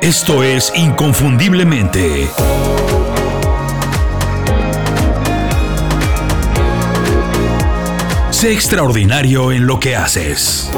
Esto es Inconfundiblemente. Sé extraordinario en lo que haces.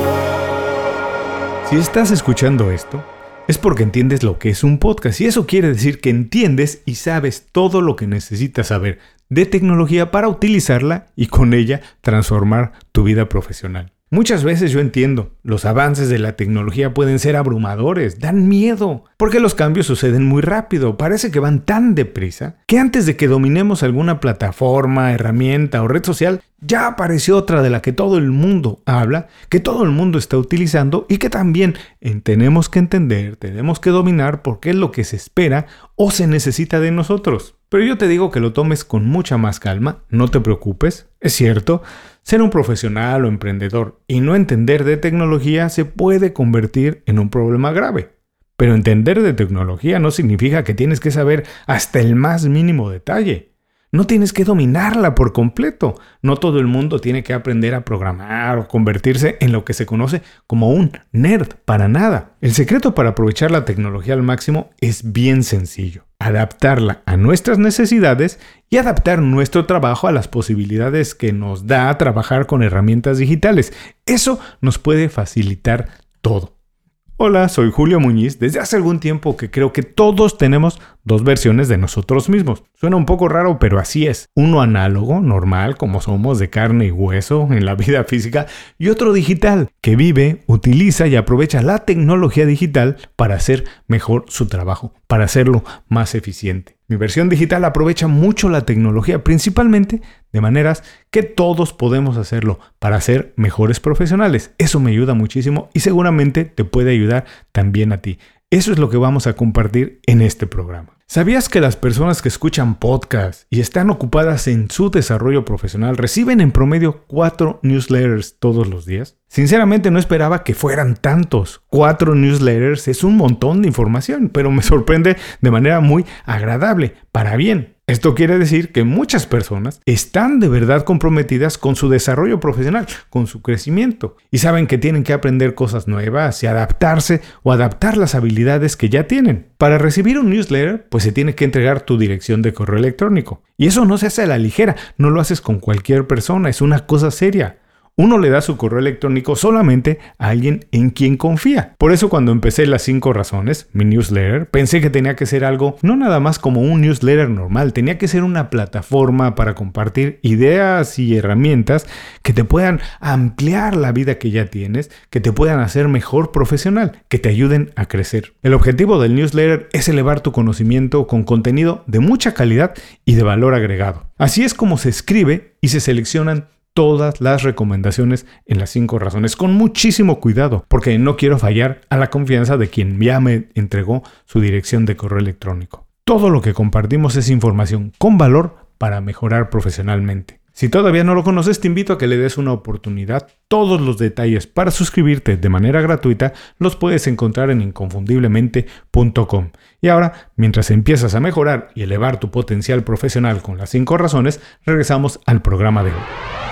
Si estás escuchando esto, es porque entiendes lo que es un podcast, y eso quiere decir que entiendes y sabes todo lo que necesitas saber de tecnología para utilizarla y con ella transformar tu vida profesional. Muchas veces yo entiendo, los avances de la tecnología pueden ser abrumadores, dan miedo, porque los cambios suceden muy rápido, parece que van tan deprisa, que antes de que dominemos alguna plataforma, herramienta o red social, ya apareció otra de la que todo el mundo habla, que todo el mundo está utilizando y que también tenemos que entender, tenemos que dominar porque es lo que se espera o se necesita de nosotros. Pero yo te digo que lo tomes con mucha más calma, no te preocupes, es cierto. Ser un profesional o emprendedor y no entender de tecnología se puede convertir en un problema grave. Pero entender de tecnología no significa que tienes que saber hasta el más mínimo detalle. No tienes que dominarla por completo. No todo el mundo tiene que aprender a programar o convertirse en lo que se conoce como un nerd, para nada. El secreto para aprovechar la tecnología al máximo es bien sencillo. Adaptarla a nuestras necesidades y adaptar nuestro trabajo a las posibilidades que nos da trabajar con herramientas digitales. Eso nos puede facilitar todo. Hola, soy Julio Muñiz. Desde hace algún tiempo que creo que todos tenemos dos versiones de nosotros mismos. Suena un poco raro, pero así es. Uno análogo, normal, como somos, de carne y hueso en la vida física, y otro digital, que vive, utiliza y aprovecha la tecnología digital para hacer mejor su trabajo, para hacerlo más eficiente. Mi versión digital aprovecha mucho la tecnología, principalmente de maneras que todos podemos hacerlo para ser mejores profesionales. Eso me ayuda muchísimo y seguramente te puede ayudar también a ti. Eso es lo que vamos a compartir en este programa. ¿Sabías que las personas que escuchan podcasts y están ocupadas en su desarrollo profesional reciben en promedio 4 newsletters todos los días? Sinceramente no esperaba que fueran tantos. 4 newsletters es un montón de información, pero me sorprende de manera muy agradable, para bien. Esto quiere decir que muchas personas están de verdad comprometidas con su desarrollo profesional, con su crecimiento, y saben que tienen que aprender cosas nuevas y adaptarse o adaptar las habilidades que ya tienen. Para recibir un newsletter, pues se tiene que entregar tu dirección de correo electrónico. Y eso no se hace a la ligera, no lo haces con cualquier persona, es una cosa seria. Uno le da su correo electrónico solamente a alguien en quien confía. Por eso cuando empecé las 5 razones, mi newsletter, pensé que tenía que ser algo no nada más como un newsletter normal. Tenía que ser una plataforma para compartir ideas y herramientas que te puedan ampliar la vida que ya tienes, que te puedan hacer mejor profesional, que te ayuden a crecer. El objetivo del newsletter es elevar tu conocimiento con contenido de mucha calidad y de valor agregado. Así es como se escribe y se seleccionan todas las recomendaciones en las 5 razones con muchísimo cuidado, porque no quiero fallar a la confianza de quien ya me entregó su dirección de correo electrónico. Todo lo que compartimos es información con valor para mejorar profesionalmente. Si todavía no lo conoces, te invito a que le des una oportunidad. Todos los detalles para suscribirte de manera gratuita los puedes encontrar en inconfundiblemente.com. Y ahora, mientras empiezas a mejorar y elevar tu potencial profesional con las 5 razones, regresamos al programa de hoy.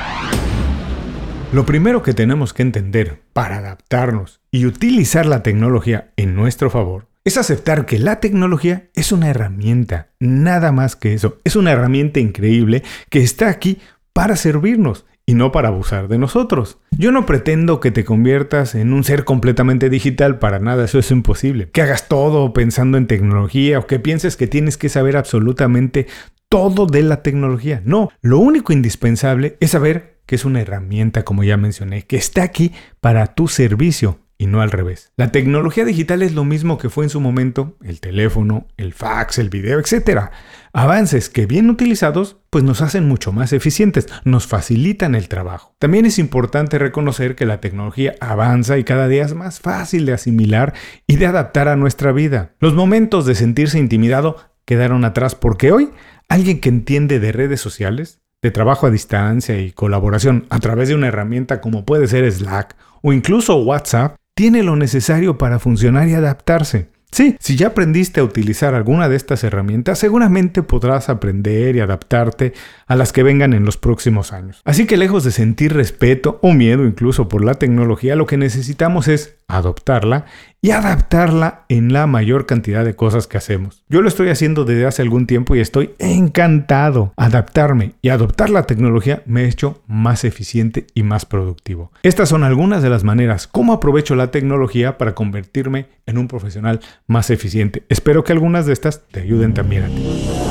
Lo primero que tenemos que entender para adaptarnos y utilizar la tecnología en nuestro favor es aceptar que la tecnología es una herramienta, nada más que eso. Es una herramienta increíble que está aquí para servirnos y no para abusar de nosotros. Yo no pretendo que te conviertas en un ser completamente digital, para nada, eso es imposible. Que hagas todo pensando en tecnología o que pienses que tienes que saber absolutamente todo de la tecnología. No, lo único indispensable es saber que es una herramienta, como ya mencioné, que está aquí para tu servicio y no al revés. La tecnología digital es lo mismo que fue en su momento el teléfono, el fax, el video, etc. Avances que bien utilizados pues nos hacen mucho más eficientes, nos facilitan el trabajo. También es importante reconocer que la tecnología avanza y cada día es más fácil de asimilar y de adaptar a nuestra vida. Los momentos de sentirse intimidado quedaron atrás porque hoy alguien que entiende de redes sociales, de trabajo a distancia y colaboración a través de una herramienta como puede ser Slack o incluso WhatsApp, tiene lo necesario para funcionar y adaptarse. Sí, si ya aprendiste a utilizar alguna de estas herramientas, seguramente podrás aprender y adaptarte a las que vengan en los próximos años. Así que lejos de sentir respeto o miedo incluso por la tecnología, lo que necesitamos es adoptarla y adaptarla en la mayor cantidad de cosas que hacemos. Yo lo estoy haciendo desde hace algún tiempo y estoy encantado. Adaptarme y adoptar la tecnología me ha hecho más eficiente y más productivo. Estas son algunas de las maneras como aprovecho la tecnología para convertirme en un profesional más eficiente. Espero que algunas de estas te ayuden también a ti.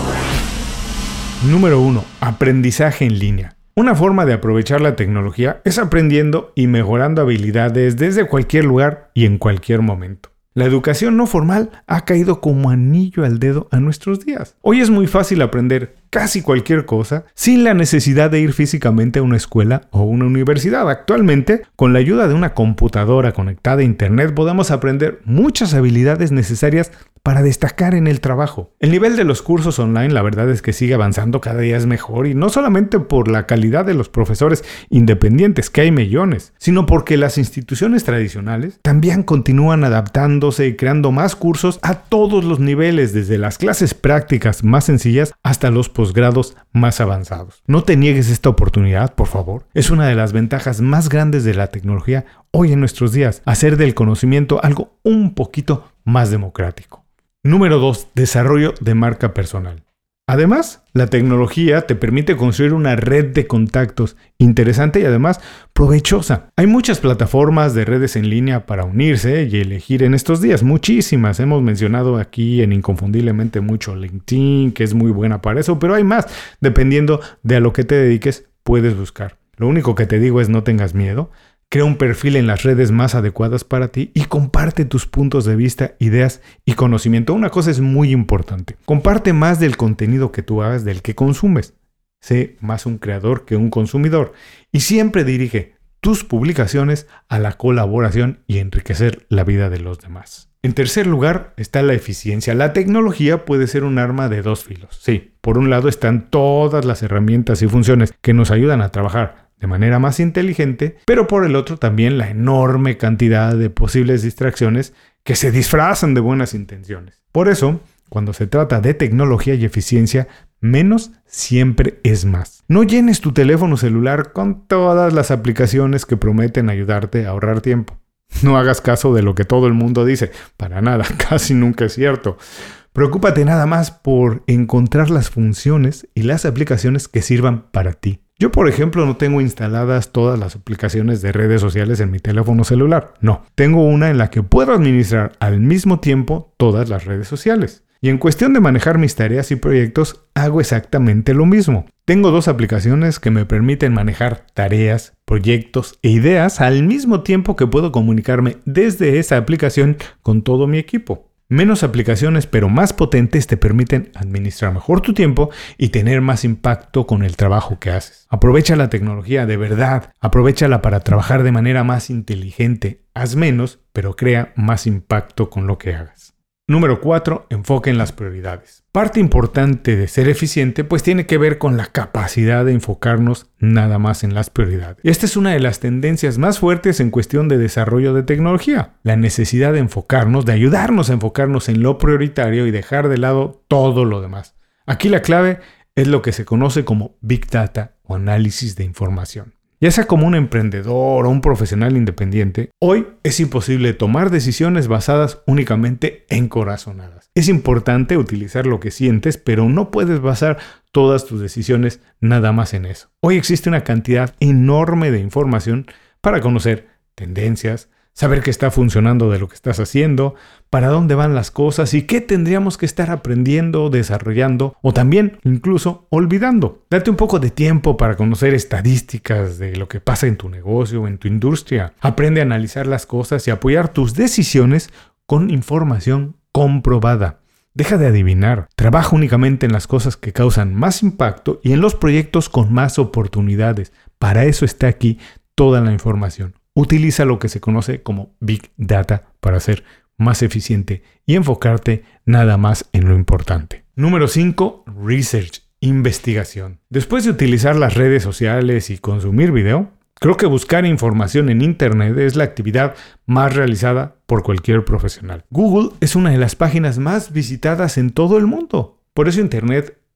Número 1. Aprendizaje en línea. Una forma de aprovechar la tecnología es aprendiendo y mejorando habilidades desde cualquier lugar y en cualquier momento. La educación no formal ha caído como anillo al dedo a nuestros días. Hoy es muy fácil aprender casi cualquier cosa sin la necesidad de ir físicamente a una escuela o una universidad. Actualmente, con la ayuda de una computadora conectada a internet, podemos aprender muchas habilidades necesarias para destacar en el trabajo. El nivel de los cursos online, la verdad es que sigue avanzando, cada día es mejor, y no solamente por la calidad de los profesores independientes, que hay millones, sino porque las instituciones tradicionales también continúan adaptándose y creando más cursos a todos los niveles, desde las clases prácticas más sencillas hasta los posgrados más avanzados. No te niegues esta oportunidad, por favor. Es una de las ventajas más grandes de la tecnología hoy en nuestros días, hacer del conocimiento algo un poquito más democrático. Número 2. Desarrollo de marca personal. Además, la tecnología te permite construir una red de contactos interesante y además provechosa. Hay muchas plataformas de redes en línea para unirse y elegir en estos días. Muchísimas. Hemos mencionado aquí en Inconfundiblemente mucho LinkedIn, que es muy buena para eso, pero hay más. Dependiendo de a lo que te dediques, puedes buscar. Lo único que te digo es no tengas miedo. Crea un perfil en las redes más adecuadas para ti y comparte tus puntos de vista, ideas y conocimiento. Una cosa es muy importante. Comparte más del contenido que tú hagas, del que consumes. Sé más un creador que un consumidor. Y siempre dirige tus publicaciones a la colaboración y enriquecer la vida de los demás. En tercer lugar está la eficiencia. La tecnología puede ser un arma de dos filos. Sí, por un lado están todas las herramientas y funciones que nos ayudan a trabajar de manera más inteligente, pero por el otro también la enorme cantidad de posibles distracciones que se disfrazan de buenas intenciones. Por eso, cuando se trata de tecnología y eficiencia, menos siempre es más. No llenes tu teléfono celular con todas las aplicaciones que prometen ayudarte a ahorrar tiempo. No hagas caso de lo que todo el mundo dice. Para nada, casi nunca es cierto. Preocúpate nada más por encontrar las funciones y las aplicaciones que sirvan para ti. Yo, por ejemplo, no tengo instaladas todas las aplicaciones de redes sociales en mi teléfono celular. No, tengo una en la que puedo administrar al mismo tiempo todas las redes sociales. Y en cuestión de manejar mis tareas y proyectos, hago exactamente lo mismo. Tengo 2 aplicaciones que me permiten manejar tareas, proyectos e ideas al mismo tiempo que puedo comunicarme desde esa aplicación con todo mi equipo. Menos aplicaciones pero más potentes te permiten administrar mejor tu tiempo y tener más impacto con el trabajo que haces. Aprovecha la tecnología de verdad, aprovéchala para trabajar de manera más inteligente. Haz menos, pero crea más impacto con lo que hagas. Número 4. Enfoque en las prioridades. Parte importante de ser eficiente pues tiene que ver con la capacidad de enfocarnos nada más en las prioridades. Esta es una de las tendencias más fuertes en cuestión de desarrollo de tecnología. La necesidad de enfocarnos, de ayudarnos a enfocarnos en lo prioritario y dejar de lado todo lo demás. Aquí la clave es lo que se conoce como Big Data o análisis de información. Ya sea como un emprendedor o un profesional independiente, hoy es imposible tomar decisiones basadas únicamente en corazonadas. Es importante utilizar lo que sientes, pero no puedes basar todas tus decisiones nada más en eso. Hoy existe una cantidad enorme de información para conocer tendencias, saber qué está funcionando de lo que estás haciendo, para dónde van las cosas y qué tendríamos que estar aprendiendo, desarrollando o también incluso olvidando. Date un poco de tiempo para conocer estadísticas de lo que pasa en tu negocio o en tu industria. Aprende a analizar las cosas y apoyar tus decisiones con información comprobada. Deja de adivinar. Trabaja únicamente en las cosas que causan más impacto y en los proyectos con más oportunidades. Para eso está aquí toda la información. Utiliza lo que se conoce como Big Data para ser más eficiente y enfocarte nada más en lo importante. Número 5. Research, investigación. Después de utilizar las redes sociales y consumir video, creo que buscar información en Internet es la actividad más realizada por cualquier profesional. Google es una de las páginas más visitadas en todo el mundo. Por eso Internet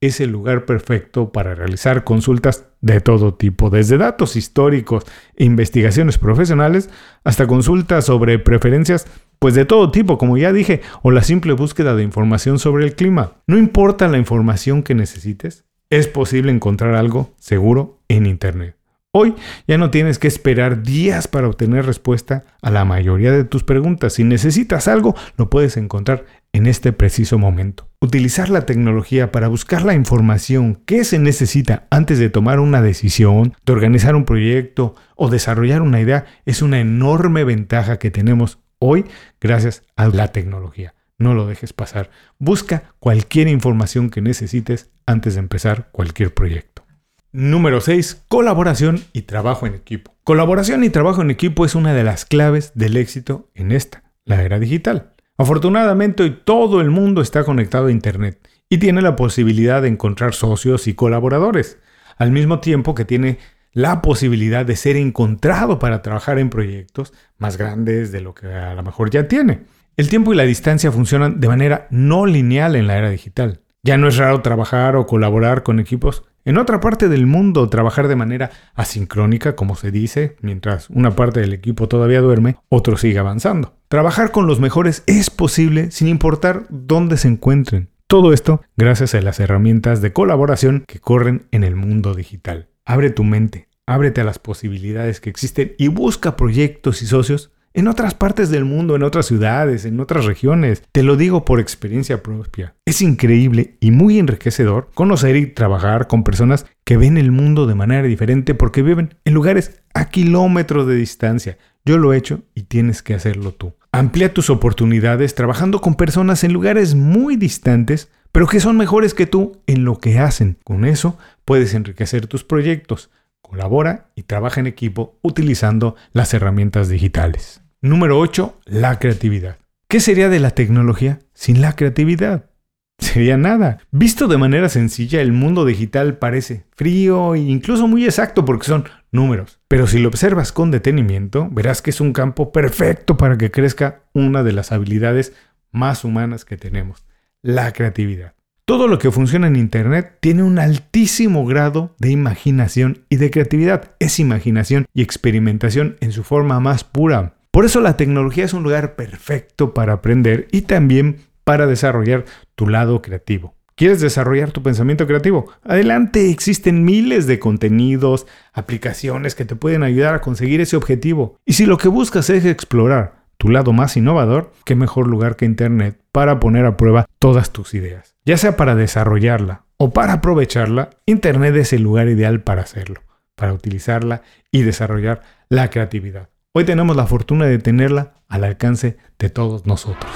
es el lugar perfecto para realizar consultas de todo tipo, desde datos históricos e investigaciones profesionales hasta consultas sobre preferencias pues de todo tipo, como ya dije, o la simple búsqueda de información sobre el clima. No importa la información que necesites, es posible encontrar algo seguro en Internet. Hoy ya no tienes que esperar días para obtener respuesta a la mayoría de tus preguntas. Si necesitas algo, lo puedes encontrar en este preciso momento. Utilizar la tecnología para buscar la información que se necesita antes de tomar una decisión, de organizar un proyecto o desarrollar una idea es una enorme ventaja que tenemos hoy gracias a la tecnología. No lo dejes pasar. Busca cualquier información que necesites antes de empezar cualquier proyecto. Número 6. Colaboración y trabajo en equipo. Colaboración y trabajo en equipo es una de las claves del éxito en la era digital. Afortunadamente hoy todo el mundo está conectado a Internet y tiene la posibilidad de encontrar socios y colaboradores, al mismo tiempo que tiene la posibilidad de ser encontrado para trabajar en proyectos más grandes de lo que a lo mejor ya tiene. El tiempo y la distancia funcionan de manera no lineal en la era digital. Ya no es raro trabajar o colaborar con equipos en otra parte del mundo, trabajar de manera asincrónica, como se dice, mientras una parte del equipo todavía duerme, otro sigue avanzando. Trabajar con los mejores es posible sin importar dónde se encuentren. Todo esto gracias a las herramientas de colaboración que corren en el mundo digital. Abre tu mente, ábrete a las posibilidades que existen y busca proyectos y socios en otras partes del mundo, en otras ciudades, en otras regiones. Te lo digo por experiencia propia. Es increíble y muy enriquecedor conocer y trabajar con personas que ven el mundo de manera diferente porque viven en lugares a kilómetros de distancia. Yo lo he hecho y tienes que hacerlo tú. Amplía tus oportunidades trabajando con personas en lugares muy distantes, pero que son mejores que tú en lo que hacen. Con eso puedes enriquecer tus proyectos. Colabora y trabaja en equipo utilizando las herramientas digitales. Número 8. La creatividad. ¿Qué sería de la tecnología sin la creatividad? Sería nada. Visto de manera sencilla, el mundo digital parece frío e incluso muy exacto porque son números. Pero si lo observas con detenimiento, verás que es un campo perfecto para que crezca una de las habilidades más humanas que tenemos, la creatividad. Todo lo que funciona en Internet tiene un altísimo grado de imaginación y de creatividad. Es imaginación y experimentación en su forma más pura. Por eso la tecnología es un lugar perfecto para aprender y también para desarrollar tu lado creativo. ¿Quieres desarrollar tu pensamiento creativo? Adelante, existen miles de contenidos, aplicaciones que te pueden ayudar a conseguir ese objetivo. Y si lo que buscas es explorar tu lado más innovador, qué mejor lugar que Internet para poner a prueba todas tus ideas. Ya sea para desarrollarla o para aprovecharla, Internet es el lugar ideal para hacerlo, para utilizarla y desarrollar la creatividad. Hoy tenemos la fortuna de tenerla al alcance de todos nosotros.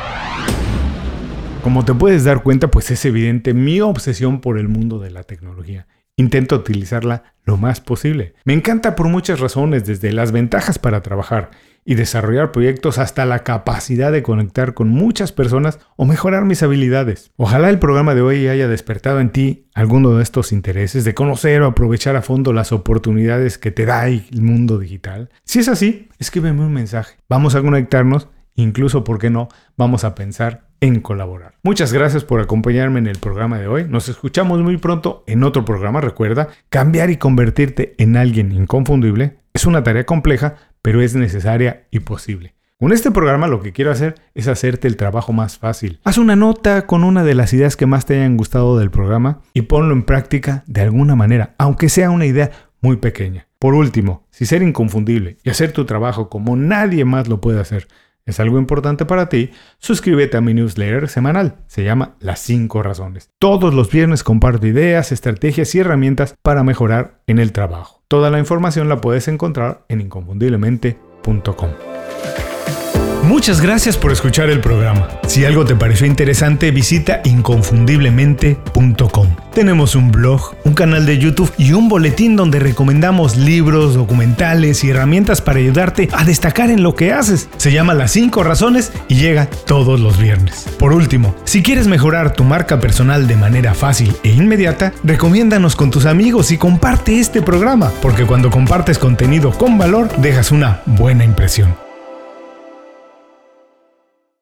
Como te puedes dar cuenta, pues es evidente mi obsesión por el mundo de la tecnología. Intento utilizarla lo más posible. Me encanta por muchas razones, desde las ventajas para trabajar y desarrollar proyectos hasta la capacidad de conectar con muchas personas o mejorar mis habilidades. Ojalá el programa de hoy haya despertado en ti alguno de estos intereses, de conocer o aprovechar a fondo las oportunidades que te da el mundo digital. Si es así, escríbeme un mensaje. Vamos a conectarnos, incluso, ¿por qué no? Vamos a pensar en colaborar. Muchas gracias por acompañarme en el programa de hoy. Nos escuchamos muy pronto en otro programa. Recuerda, cambiar y convertirte en alguien inconfundible es una tarea compleja, pero es necesaria y posible. Con este programa lo que quiero hacer es hacerte el trabajo más fácil. Haz una nota con una de las ideas que más te hayan gustado del programa y ponlo en práctica de alguna manera, aunque sea una idea muy pequeña. Por último, si ser inconfundible y hacer tu trabajo como nadie más lo puede hacer es algo importante para ti, suscríbete a mi newsletter semanal. Se llama Las 5 Razones. Todos los viernes comparto ideas, estrategias y herramientas para mejorar en el trabajo. Toda la información la puedes encontrar en inconfundiblemente.com. Muchas gracias por escuchar el programa. Si algo te pareció interesante, visita inconfundiblemente.com. Tenemos un blog, un canal de YouTube y un boletín donde recomendamos libros, documentales y herramientas para ayudarte a destacar en lo que haces. Se llama Las 5 Razones y llega todos los viernes. Por último, si quieres mejorar tu marca personal de manera fácil e inmediata, recomiéndanos con tus amigos y comparte este programa, porque cuando compartes contenido con valor, dejas una buena impresión.